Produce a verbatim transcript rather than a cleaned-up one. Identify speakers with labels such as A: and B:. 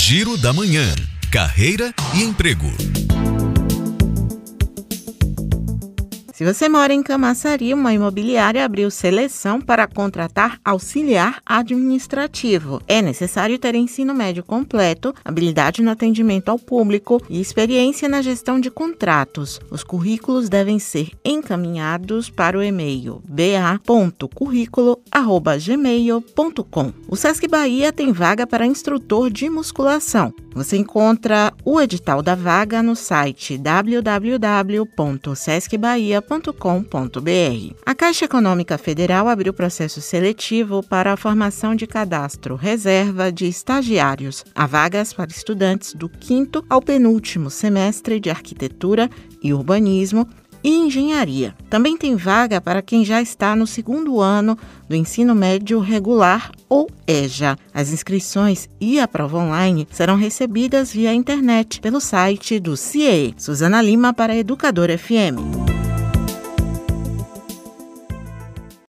A: Giro da Manhã. Carreira e emprego.
B: Se você mora em Camaçari, uma imobiliária abriu seleção para contratar auxiliar administrativo. É necessário ter ensino médio completo, habilidade no atendimento ao público e experiência na gestão de contratos. Os currículos devem ser encaminhados para o e-mail b a ponto currículo arroba gmail ponto com. O Sesc Bahia tem vaga para instrutor de musculação. Você encontra o edital da vaga no site w w w ponto sesc bahia ponto com ponto b r. A Caixa Econômica Federal abriu processo seletivo para a formação de cadastro reserva de estagiários. Há vagas para estudantes do quinto ao penúltimo semestre de arquitetura e urbanismo e engenharia. Também tem vaga para quem já está no segundo ano do ensino médio regular ou E J A. As inscrições e a prova online serão recebidas via internet pelo site do C I E E. Suzana Lima para Educador F M.